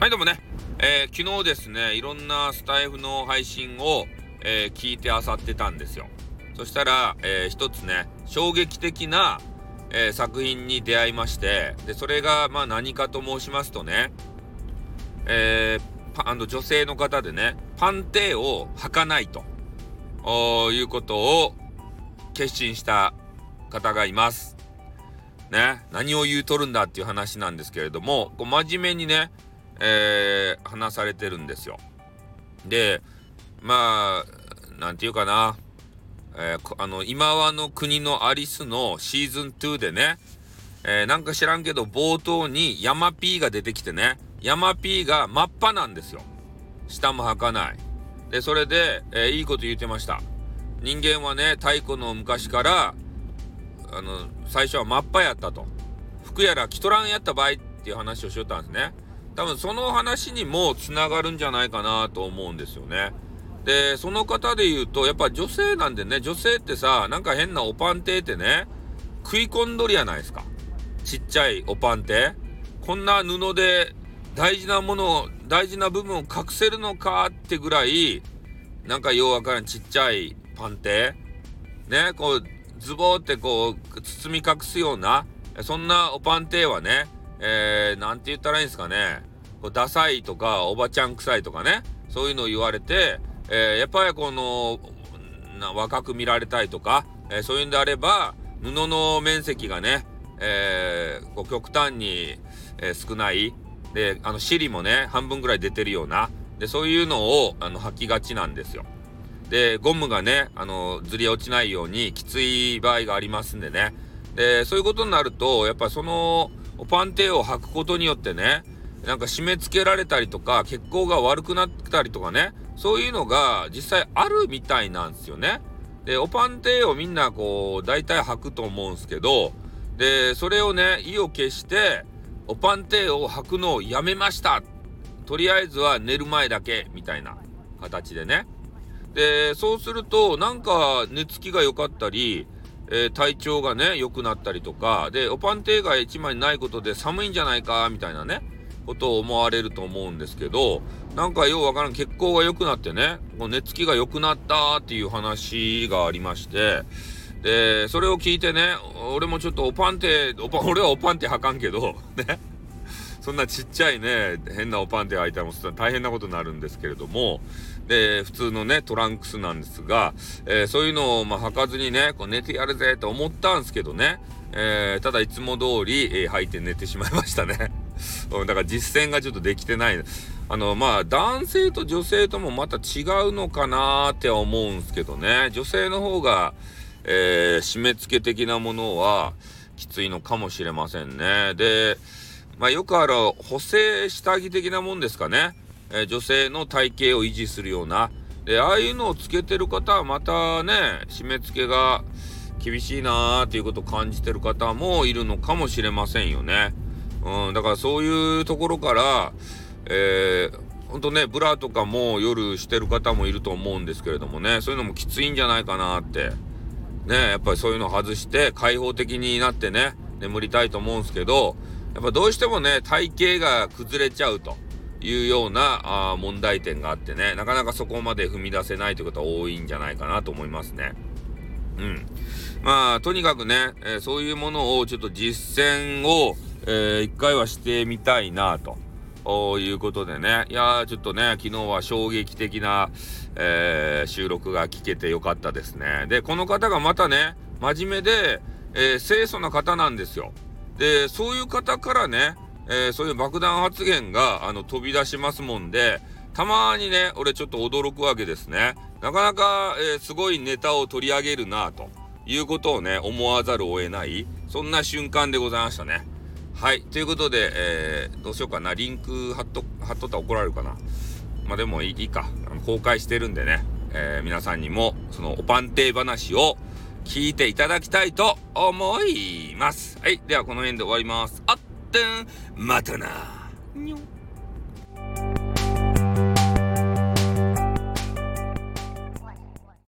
はい、どうもね、昨日ですね、いろんなスタイフの配信を、聞いて漁ってたんですよ。そしたら、一つね、衝撃的な、作品に出会いまして、で、それが、何かと申しますとね、女性の方でね、パンテーを履かないということを決心した方がいます。ね、何を言うとるんだっていう話なんですけれども、真面目にね、話されてるんですよ。で、なんていうかな、今はの国のアリスのシーズン2でね、なんか知らんけど冒頭にヤマピーが出てきてね、ヤマピーが真っ裸なんですよ。下も履かない。で、それで、いいこと言ってました。人間はね、太古の昔から、最初は真っ裸やったと。服やら着とらんやった場合っていう話をしよったんですね。多分その話にもつながるんじゃないかなと思うんですよね。で、その方で言うと、やっぱ女性なんでね、女性ってさ、なんか変なおパンテーってね、食い込んどりやないですか。ちっちゃいおパンテー。こんな布で大事な部分を隠せるのかってぐらい、なんかようわからんちっちゃいパンテー。ね、こう、ズボーってこう、包み隠すような、そんなおパンテーはね、なんて言ったらいいんですかね。ダサいとか、おばちゃん臭いとかね。そういうのを言われて、やっぱりこの、若く見られたいとか、そういうんであれば、布の面積がね、極端に、少ない。で、尻もね、半分ぐらい出てるような。で、そういうのを、履きがちなんですよ。で、ゴムがね、ずり落ちないようにきつい場合がありますんでね。で、そういうことになると、やっぱその、パンテーを履くことによってね、なんか締め付けられたりとか、血行が悪くなったりとかね、そういうのが実際あるみたいなんですよね。で、おパンテーをみんなこう、大体履くと思うんですけど、で、それをね、意を決して、おパンテーを履くのをやめました。とりあえずは寝る前だけ、みたいな形でね。で、そうすると、なんか寝つきが良かったり、体調がね、良くなったりとか、で、おパンテーが一枚ないことで寒いんじゃないか、みたいなね、ことを思われると思うんですけど、なんかようわからん血行が良くなってね、寝つきが良くなったっていう話がありまして、で、それを聞いてね、俺もちょっと俺はおパンテー履かんけど、ね、そんなちっちゃいね、変なおパンテー履いたらもう大変なことになるんですけれども、で、普通のね、トランクスなんですが、そういうのを履かずにね、寝てやるぜと思ったんですけどね、ただいつも通り、履いて寝てしまいましたね。だから実践がちょっとできてない。男性と女性ともまた違うのかなーって思うんですけどね、女性の方が、締め付け的なものはきついのかもしれませんね。で、よくある補正下着的なもんですかね。女性の体型を維持するような。で、ああいうのをつけてる方はまたね、締め付けが厳しいなーっていうことを感じてる方もいるのかもしれませんよね。だからそういうところから、ほんとね、ブラとかも夜してる方もいると思うんですけれどもね、そういうのもきついんじゃないかなって。ね、やっぱりそういうのを外して開放的になってね、眠りたいと思うんですけど、やっぱどうしてもね、体型が崩れちゃうというような問題点があってね、なかなかそこまで踏み出せないという方多いんじゃないかなと思いますね。とにかくね、そういうものをちょっと実践を、一回はしてみたいなということでね。いやー、ちょっとね、昨日は衝撃的な、収録が聞けてよかったですね。で、この方がまたね、真面目で、清楚な方なんですよ。で、そういう方からね、そういう爆弾発言が飛び出しますもんで、たまにね、俺ちょっと驚くわけですね。なかなか、すごいネタを取り上げるなということをね、思わざるを得ない、そんな瞬間でございましたね。はい。ということで、どうしようかな。リンク貼っとったら怒られるかな。でもいいか。公開してるんでね、皆さんにもそのおパンテー話を聞いていただきたいと思います。はい。ではこの辺で終わります。またな。にょ。